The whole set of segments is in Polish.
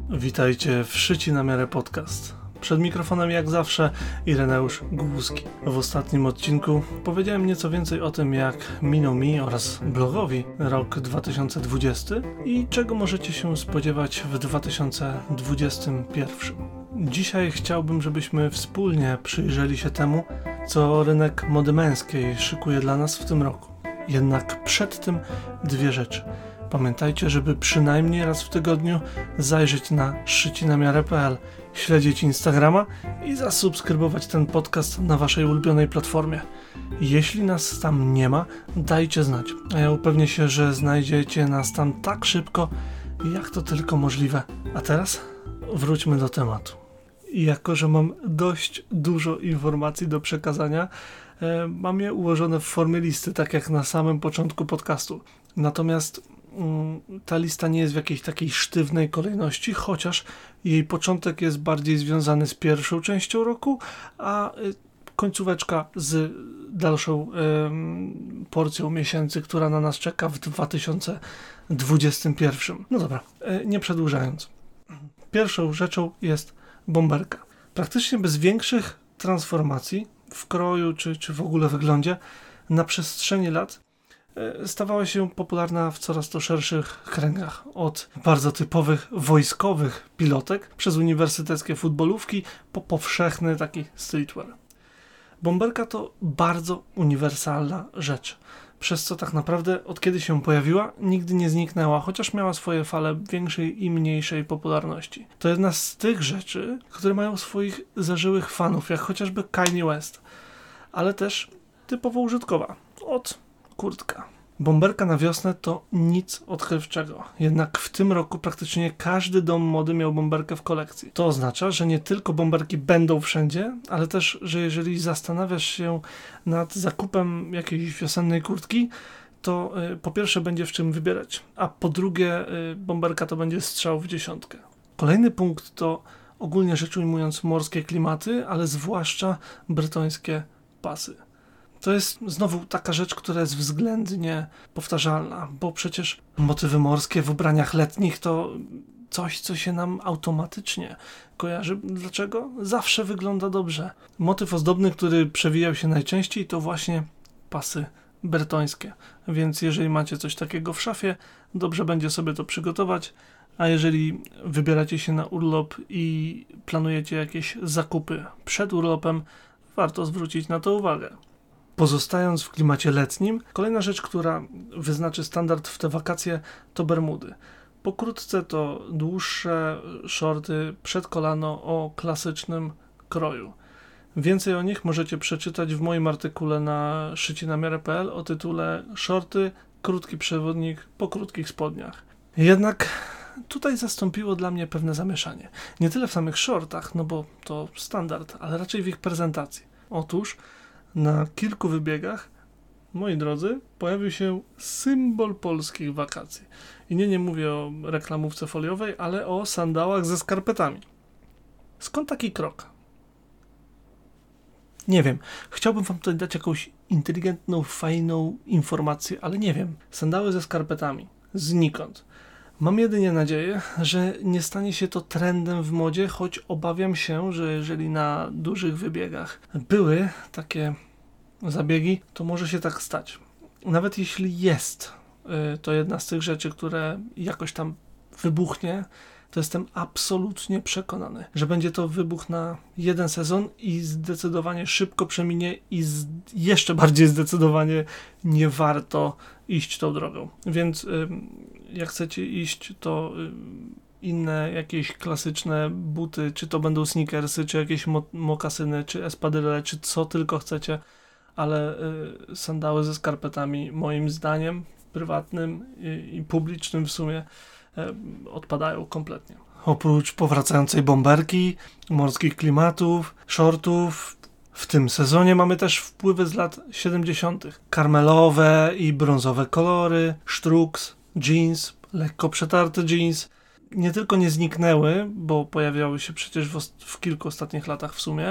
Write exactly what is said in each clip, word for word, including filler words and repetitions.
Witajcie w Szyci na miarę podcast. Przed mikrofonem jak zawsze Ireneusz Głuski. W ostatnim odcinku powiedziałem nieco więcej o tym, jak minął mi oraz blogowi rok dwa tysiące dwudziesty i czego możecie się spodziewać w dwa tysiące dwudziestym pierwszym. Dzisiaj chciałbym, żebyśmy wspólnie przyjrzeli się temu, co rynek mody męskiej szykuje dla nas w tym roku. Jednak przed tym dwie rzeczy. Pamiętajcie, żeby przynajmniej raz w tygodniu zajrzeć na szycinamiarę kropka pe el, śledzić Instagrama i zasubskrybować ten podcast na waszej ulubionej platformie. Jeśli nas tam nie ma, dajcie znać, a ja upewnię się, że znajdziecie nas tam tak szybko, jak to tylko możliwe. A teraz wróćmy do tematu. I jako, że mam dość dużo informacji do przekazania, e, mam je ułożone w formie listy, tak jak na samym początku podcastu. Natomiast mm, ta lista nie jest w jakiejś takiej sztywnej kolejności, chociaż jej początek jest bardziej związany z pierwszą częścią roku, a y, końcóweczka z dalszą y, porcją miesięcy, która na nas czeka w dwa tysiące dwudziestym pierwszym. No dobra, y, nie przedłużając. Pierwszą rzeczą jest bomberka. Praktycznie bez większych transformacji w kroju czy, czy w ogóle wyglądzie na przestrzeni lat stawała się popularna w coraz to szerszych kręgach. Od bardzo typowych wojskowych pilotek przez uniwersyteckie futbolówki po powszechny taki streetwear. Bomberka to bardzo uniwersalna rzecz, przez co tak naprawdę od kiedy się pojawiła, nigdy nie zniknęła, chociaż miała swoje fale większej i mniejszej popularności. To jedna z tych rzeczy, które mają swoich zażyłych fanów, jak chociażby Kanye West, ale też typowo użytkowa. Od kurtka. Bomberka na wiosnę to nic odkrywczego. Jednak w tym roku praktycznie każdy dom mody miał bomberkę w kolekcji. To oznacza, że nie tylko bomberki będą wszędzie, ale też, że jeżeli zastanawiasz się nad zakupem jakiejś wiosennej kurtki, to y, po pierwsze będzie w czym wybierać, a po drugie y, bomberka to będzie strzał w dziesiątkę. Kolejny punkt to ogólnie rzecz ujmując morskie klimaty, ale zwłaszcza brytońskie pasy. To jest znowu taka rzecz, która jest względnie powtarzalna, bo przecież motywy morskie w ubraniach letnich to coś, co się nam automatycznie kojarzy. Dlaczego? Zawsze wygląda dobrze. Motyw ozdobny, który przewijał się najczęściej, to właśnie pasy brytońskie. Więc jeżeli macie coś takiego w szafie, dobrze będzie sobie to przygotować, a jeżeli wybieracie się na urlop i planujecie jakieś zakupy przed urlopem, warto zwrócić na to uwagę. Pozostając w klimacie letnim, kolejna rzecz, która wyznaczy standard w te wakacje, to bermudy. Pokrótce to dłuższe shorty przed kolano o klasycznym kroju. Więcej o nich możecie przeczytać w moim artykule na szycinamiarę kropka pe el o tytule Shorty, krótki przewodnik po krótkich spodniach. Jednak tutaj zastąpiło dla mnie pewne zamieszanie. Nie tyle w samych shortach, no bo to standard, ale raczej w ich prezentacji. Otóż na kilku wybiegach, moi drodzy, pojawił się symbol polskich wakacji. I nie, nie mówię o reklamówce foliowej, ale o sandałach ze skarpetami. Skąd taki krok? Nie wiem. Chciałbym wam tutaj dać jakąś inteligentną, fajną informację, ale nie wiem. Sandały ze skarpetami. Znikąd. Mam jedynie nadzieję, że nie stanie się to trendem w modzie, choć obawiam się, że jeżeli na dużych wybiegach były takie zabiegi, to może się tak stać. Nawet jeśli jest yy, to jedna z tych rzeczy, które jakoś tam wybuchnie, to jestem absolutnie przekonany, że będzie to wybuch na jeden sezon i zdecydowanie szybko przeminie i z, jeszcze bardziej zdecydowanie nie warto iść tą drogą. Więc yy, jak chcecie iść, to yy, inne jakieś klasyczne buty, czy to będą sneakersy, czy jakieś mo- mokasyny, czy espadryle, czy co tylko chcecie, ale y, sandały ze skarpetami moim zdaniem prywatnym i, i publicznym w sumie y, odpadają kompletnie. Oprócz powracającej bomberki, morskich klimatów, shortów, w tym sezonie mamy też wpływy z lat siedemdziesiątych. Karmelowe i brązowe kolory, sztruks, jeans, lekko przetarty jeans. Nie tylko nie zniknęły, bo pojawiały się przecież w, w kilku ostatnich latach w sumie,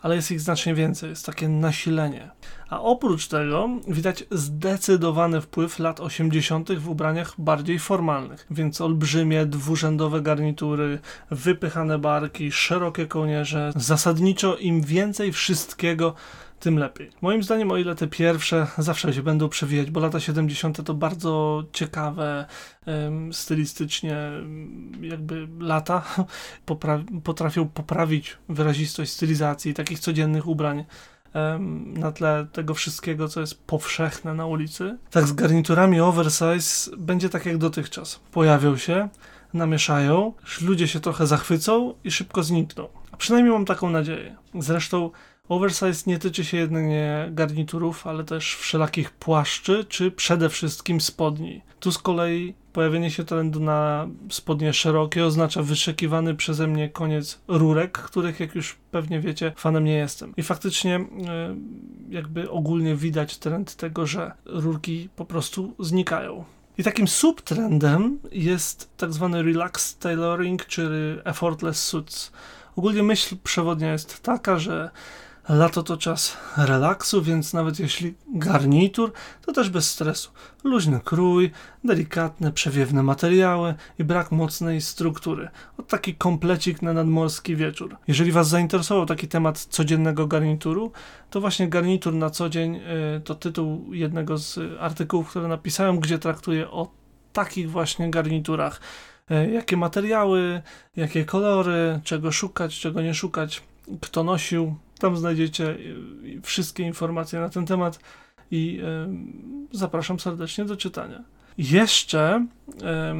ale jest ich znacznie więcej, jest takie nasilenie. A oprócz tego widać zdecydowany wpływ lat osiemdziesiątych w ubraniach bardziej formalnych, więc olbrzymie, dwurzędowe garnitury, wypychane barki, szerokie kołnierze. Zasadniczo im więcej wszystkiego, tym lepiej. Moim zdaniem, o ile te pierwsze zawsze się będą przewijać, bo lata siedemdziesiąte to bardzo ciekawe, ym, stylistycznie jakby lata, popra- potrafią poprawić wyrazistość stylizacji takich codziennych ubrań ym, na tle tego wszystkiego, co jest powszechne na ulicy. Tak z garniturami oversize będzie tak jak dotychczas. Pojawią się, namieszają, ludzie się trochę zachwycą i szybko znikną. A przynajmniej mam taką nadzieję. Zresztą oversize nie tyczy się jedynie garniturów, ale też wszelakich płaszczy, czy przede wszystkim spodni. Tu z kolei pojawienie się trendu na spodnie szerokie oznacza wyszukiwany przeze mnie koniec rurek, których, jak już pewnie wiecie, fanem nie jestem. I faktycznie jakby ogólnie widać trend tego, że rurki po prostu znikają. I takim subtrendem jest tak zwany relaxed tailoring, czyli effortless suits. Ogólnie myśl przewodnia jest taka, że lato to czas relaksu, więc nawet jeśli garnitur, to też bez stresu. Luźny krój, delikatne, przewiewne materiały i brak mocnej struktury. Od taki komplecik na nadmorski wieczór. Jeżeli Was zainteresował taki temat codziennego garnituru, to właśnie Garnitur na co dzień y, to tytuł jednego z artykułów, które napisałem, gdzie traktuję o takich właśnie garniturach. Y, jakie materiały, jakie kolory, czego szukać, czego nie szukać, kto nosił. Tam znajdziecie wszystkie informacje na ten temat i y, zapraszam serdecznie do czytania. Jeszcze y,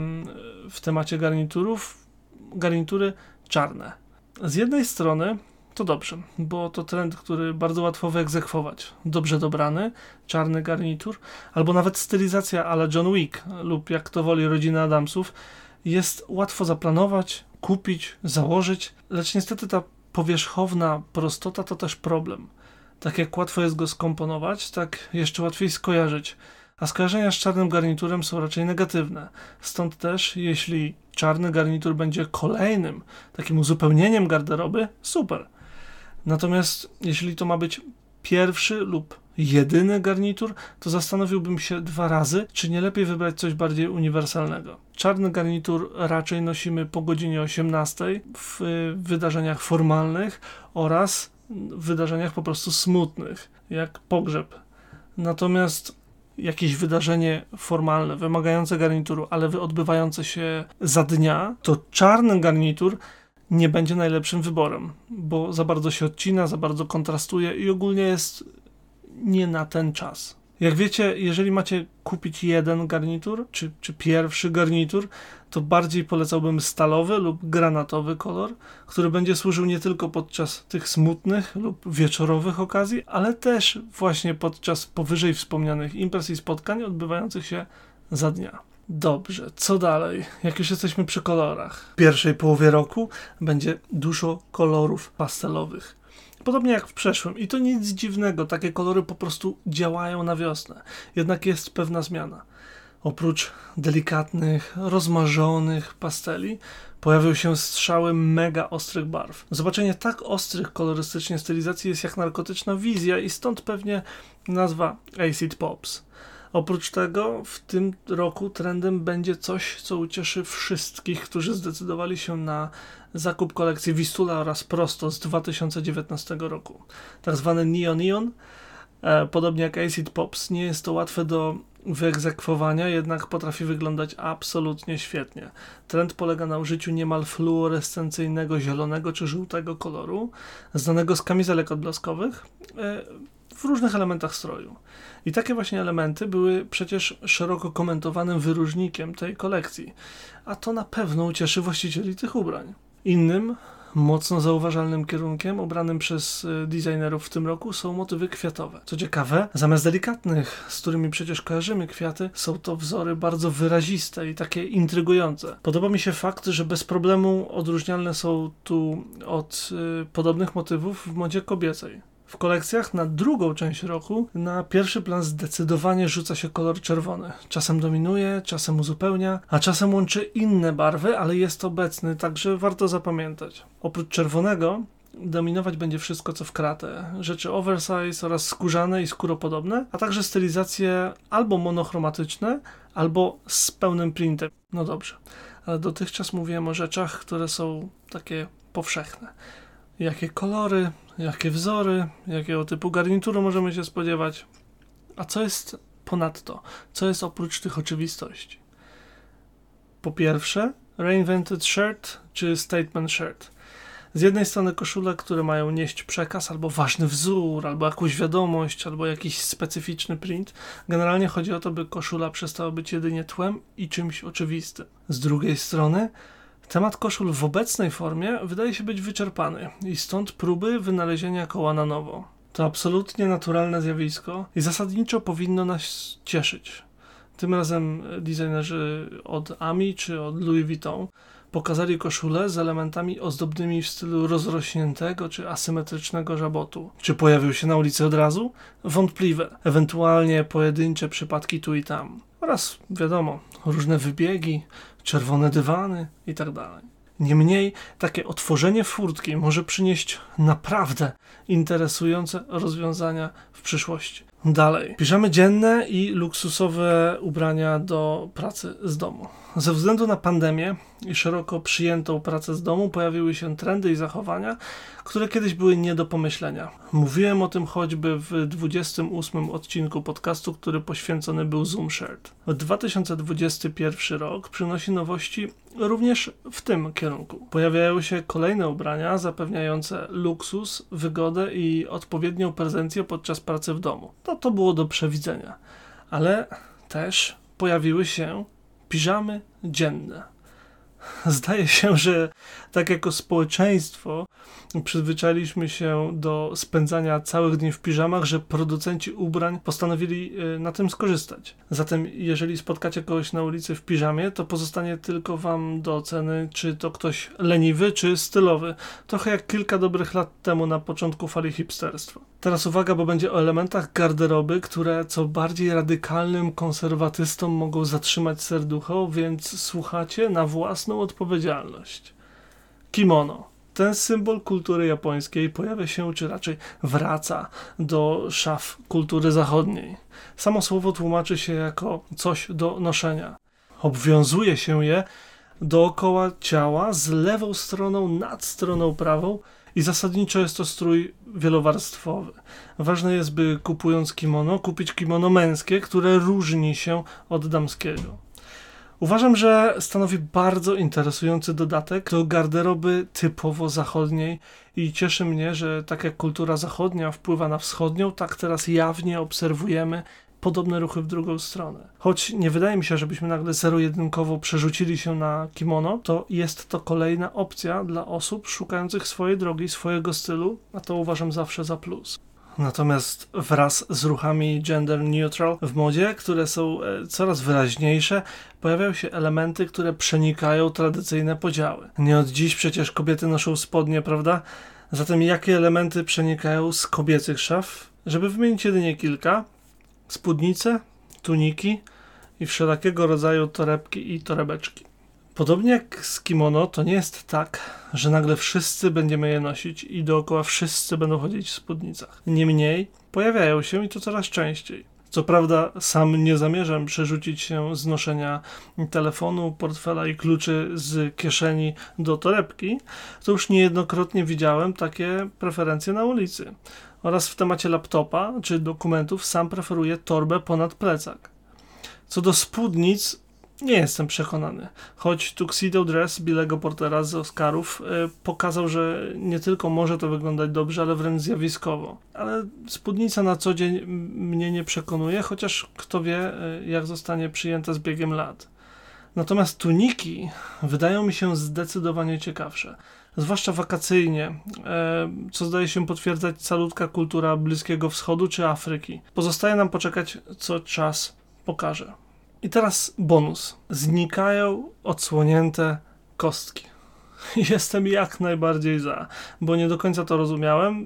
w temacie garniturów, garnitury czarne. Z jednej strony to dobrze, bo to trend, który bardzo łatwo wyegzekwować. Dobrze dobrany, czarny garnitur, albo nawet stylizacja a la John Wick lub jak to woli rodzina Adamsów, jest łatwo zaplanować, kupić, założyć, lecz niestety ta powierzchowna prostota to też problem. Tak jak łatwo jest go skomponować, tak jeszcze łatwiej skojarzyć. A skojarzenia z czarnym garniturem są raczej negatywne. Stąd też, jeśli czarny garnitur będzie kolejnym takim uzupełnieniem garderoby, super. Natomiast jeśli to ma być pierwszy lub jedyny garnitur, to zastanowiłbym się dwa razy, czy nie lepiej wybrać coś bardziej uniwersalnego. Czarny garnitur raczej nosimy po godzinie osiemnastej w wydarzeniach formalnych oraz w wydarzeniach po prostu smutnych, jak pogrzeb. Natomiast jakieś wydarzenie formalne, wymagające garnituru, ale odbywające się za dnia, to czarny garnitur nie będzie najlepszym wyborem, bo za bardzo się odcina, za bardzo kontrastuje i ogólnie jest nie na ten czas. Jak wiecie, jeżeli macie kupić jeden garnitur, czy, czy pierwszy garnitur, to bardziej polecałbym stalowy lub granatowy kolor, który będzie służył nie tylko podczas tych smutnych lub wieczorowych okazji, ale też właśnie podczas powyżej wspomnianych imprez i spotkań odbywających się za dnia. Dobrze, co dalej? Jak już jesteśmy przy kolorach. W pierwszej połowie roku będzie dużo kolorów pastelowych. Podobnie jak w przeszłym. I to nic dziwnego, takie kolory po prostu działają na wiosnę. Jednak jest pewna zmiana. Oprócz delikatnych, rozmarzonych pasteli pojawią się strzały mega ostrych barw. Zobaczenie tak ostrych kolorystycznie stylizacji jest jak narkotyczna wizja i stąd pewnie nazwa Acid Pops. Oprócz tego w tym roku trendem będzie coś, co ucieszy wszystkich, którzy zdecydowali się na zakup kolekcji Vistula oraz Prosto z dwa tysiące dziewiętnastego roku. Tak zwany Neon Neon, e, podobnie jak Acid Pops, nie jest to łatwe do wyegzekwowania, jednak potrafi wyglądać absolutnie świetnie. Trend polega na użyciu niemal fluorescencyjnego zielonego czy żółtego koloru, znanego z kamizelek odblaskowych, e, w różnych elementach stroju. I takie właśnie elementy były przecież szeroko komentowanym wyróżnikiem tej kolekcji, a to na pewno ucieszy właścicieli tych ubrań. Innym, mocno zauważalnym kierunkiem obranym przez designerów w tym roku są motywy kwiatowe. Co ciekawe, zamiast delikatnych, z którymi przecież kojarzymy kwiaty, są to wzory bardzo wyraziste i takie intrygujące. Podoba mi się fakt, że bez problemu odróżnialne są tu od y, podobnych motywów w modzie kobiecej. W kolekcjach na drugą część roku na pierwszy plan zdecydowanie rzuca się kolor czerwony. Czasem dominuje, czasem uzupełnia, a czasem łączy inne barwy, ale jest obecny, także warto zapamiętać. Oprócz czerwonego dominować będzie wszystko co w kratę. Rzeczy oversize oraz skórzane i skóropodobne, a także stylizacje albo monochromatyczne, albo z pełnym printem. No dobrze, ale dotychczas mówiłem o rzeczach, które są takie powszechne. Jakie kolory, jakie wzory, jakiego typu garnituru możemy się spodziewać. A co jest ponadto? Co jest oprócz tych oczywistości? Po pierwsze, reinvented shirt czy statement shirt. Z jednej strony koszule, które mają nieść przekaz, albo ważny wzór, albo jakąś wiadomość, albo jakiś specyficzny print. Generalnie chodzi o to, by koszula przestała być jedynie tłem i czymś oczywistym. Z drugiej strony, temat koszul w obecnej formie wydaje się być wyczerpany i stąd próby wynalezienia koła na nowo. To absolutnie naturalne zjawisko i zasadniczo powinno nas cieszyć. Tym razem designerzy od Ami czy od Louis Vuitton pokazali koszulę z elementami ozdobnymi w stylu rozrośniętego czy asymetrycznego żabotu. Czy pojawił się na ulicy od razu? Wątpliwe. Ewentualnie pojedyncze przypadki tu i tam. Oraz, wiadomo, różne wybiegi, czerwone dywany itd. Niemniej takie otworzenie furtki może przynieść naprawdę interesujące rozwiązania w przyszłości. Dalej. Piżamy dzienne i luksusowe ubrania do pracy z domu. Ze względu na pandemię i szeroko przyjętą pracę z domu pojawiły się trendy i zachowania, które kiedyś były nie do pomyślenia. Mówiłem o tym choćby w dwudziestym ósmym odcinku podcastu, który poświęcony był Zoom Shirt. dwa tysiące dwudziesty pierwszy rok przynosi nowości również w tym kierunku. Pojawiają się kolejne ubrania zapewniające luksus, wygodę i odpowiednią prezencję podczas pracy w domu. To, to było do przewidzenia. Ale też pojawiły się piżamy dzienne. Zdaje się, że tak jako społeczeństwo przyzwyczailiśmy się do spędzania całych dni w piżamach, że producenci ubrań postanowili na tym skorzystać. Zatem jeżeli spotkacie kogoś na ulicy w piżamie, to pozostanie tylko wam do oceny, czy to ktoś leniwy, czy stylowy. Trochę jak kilka dobrych lat temu na początku fali hipsterstwa. Teraz uwaga, bo będzie o elementach garderoby, które co bardziej radykalnym konserwatystom mogą zatrzymać serducho, więc słuchacie na własną odpowiedzialność. Kimono. Ten symbol kultury japońskiej pojawia się, czy raczej wraca do szaf kultury zachodniej. Samo słowo tłumaczy się jako coś do noszenia. Obwiązuje się je dookoła ciała z lewą stroną nad stroną prawą i zasadniczo jest to strój wielowarstwowy. Ważne jest, by kupując kimono, kupić kimono męskie, które różni się od damskiego. Uważam, że stanowi bardzo interesujący dodatek do garderoby typowo zachodniej i cieszy mnie, że tak jak kultura zachodnia wpływa na wschodnią, tak teraz jawnie obserwujemy podobne ruchy w drugą stronę. Choć nie wydaje mi się, żebyśmy nagle zero-jedynkowo przerzucili się na kimono, to jest to kolejna opcja dla osób szukających swojej drogi, swojego stylu, a to uważam zawsze za plus. Natomiast wraz z ruchami gender neutral w modzie, które są coraz wyraźniejsze, pojawiają się elementy, które przenikają tradycyjne podziały. Nie od dziś przecież kobiety noszą spodnie, prawda? Zatem jakie elementy przenikają z kobiecych szaf? Żeby wymienić jedynie kilka: spódnice, tuniki i wszelakiego rodzaju torebki i torebeczki. Podobnie jak z kimono, to nie jest tak, że nagle wszyscy będziemy je nosić i dookoła wszyscy będą chodzić w spódnicach. Niemniej pojawiają się i to coraz częściej. Co prawda sam nie zamierzam przerzucić się z noszenia telefonu, portfela i kluczy z kieszeni do torebki, to już niejednokrotnie widziałem takie preferencje na ulicy. Oraz w temacie laptopa czy dokumentów sam preferuję torbę ponad plecak. Co do spódnic, nie jestem przekonany, choć Tuxedo Dress Billego Portera z Oscarów y, pokazał, że nie tylko może to wyglądać dobrze, ale wręcz zjawiskowo. Ale spódnica na co dzień mnie nie przekonuje, chociaż kto wie, y, jak zostanie przyjęta z biegiem lat. Natomiast tuniki wydają mi się zdecydowanie ciekawsze, zwłaszcza wakacyjnie, y, co zdaje się potwierdzać calutka kultura Bliskiego Wschodu czy Afryki. Pozostaje nam poczekać, co czas pokaże. I teraz bonus. Znikają odsłonięte kostki. Jestem jak najbardziej za, bo nie do końca to rozumiałem,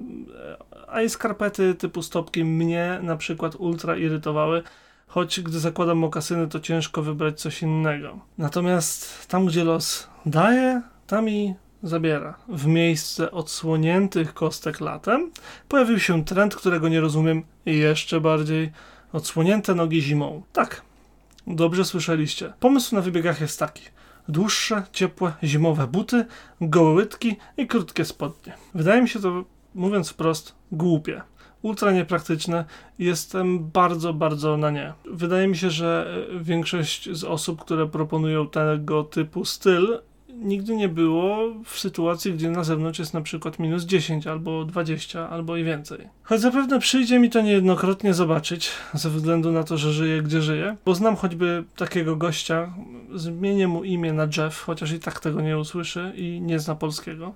a i skarpety typu stopki mnie na przykład ultra irytowały, choć gdy zakładam mokasyny, to ciężko wybrać coś innego. Natomiast tam, gdzie los daje, tam i zabiera. W miejsce odsłoniętych kostek latem pojawił się trend, którego nie rozumiem jeszcze bardziej. Odsłonięte nogi zimą. Tak, dobrze słyszeliście. Pomysł na wybiegach jest taki. Dłuższe, ciepłe, zimowe buty, gołe łydki i krótkie spodnie. Wydaje mi się to, mówiąc wprost, głupie. Ultra niepraktyczne. Jestem bardzo, bardzo na nie. Wydaje mi się, że większość z osób, które proponują tego typu styl, nigdy nie było w sytuacji, gdzie na zewnątrz jest na przykład minus dziesięć albo dwadzieścia albo i więcej. Choć zapewne przyjdzie mi to niejednokrotnie zobaczyć, ze względu na to, że żyję gdzie żyję, bo znam choćby takiego gościa, zmienię mu imię na Jeff, chociaż i tak tego nie usłyszy i nie zna polskiego.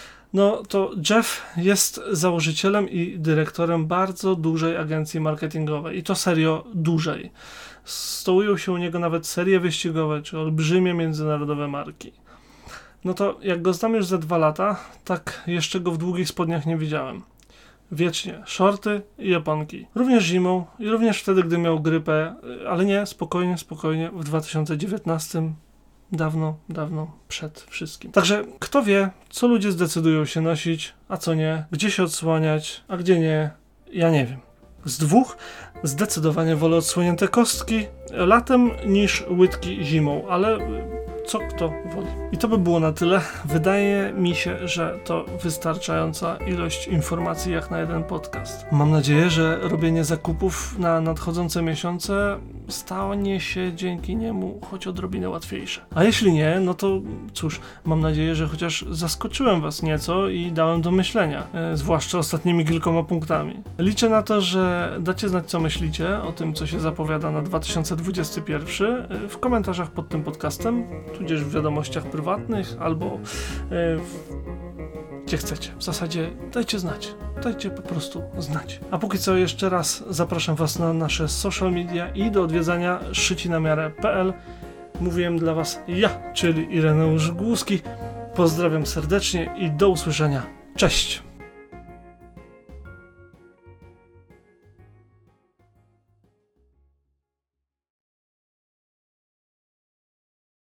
No to Jeff jest założycielem i dyrektorem bardzo dużej agencji marketingowej i to serio dużej. Stołują się u niego nawet serie wyścigowe czy olbrzymie międzynarodowe marki. No to jak go znam już za dwa lata, tak jeszcze go w długich spodniach nie widziałem. Wiecznie shorty i japonki. Również zimą i również wtedy, gdy miał grypę, ale nie, spokojnie, spokojnie, w dwa tysiące dziewiętnastym. Dawno, dawno przed wszystkim. Także kto wie, co ludzie zdecydują się nosić, a co nie, gdzie się odsłaniać, a gdzie nie, ja nie wiem. Z dwóch zdecydowanie wolę odsłonięte kostki latem niż łydki zimą, ale co kto woli. I to by było na tyle. Wydaje mi się, że to wystarczająca ilość informacji jak na jeden podcast. Mam nadzieję, że robienie zakupów na nadchodzące miesiące stanie się dzięki niemu choć odrobinę łatwiejsze. A jeśli nie, no to cóż, mam nadzieję, że chociaż zaskoczyłem was nieco i dałem do myślenia, e, zwłaszcza ostatnimi kilkoma punktami. Liczę na to, że dacie znać, co myślicie o tym, co się zapowiada na dwa tysiące dwudziesty pierwszy e, w komentarzach pod tym podcastem, tudzież w wiadomościach prywatnych, albo e, w... gdzie chcecie. W zasadzie dajcie znać. Dajcie po prostu znać. A póki co jeszcze raz zapraszam was na nasze social media i do odwiedzania szyci na miarę kropka p l. Mówiłem dla was ja, czyli Ireneusz Głuski. Pozdrawiam serdecznie i do usłyszenia. Cześć!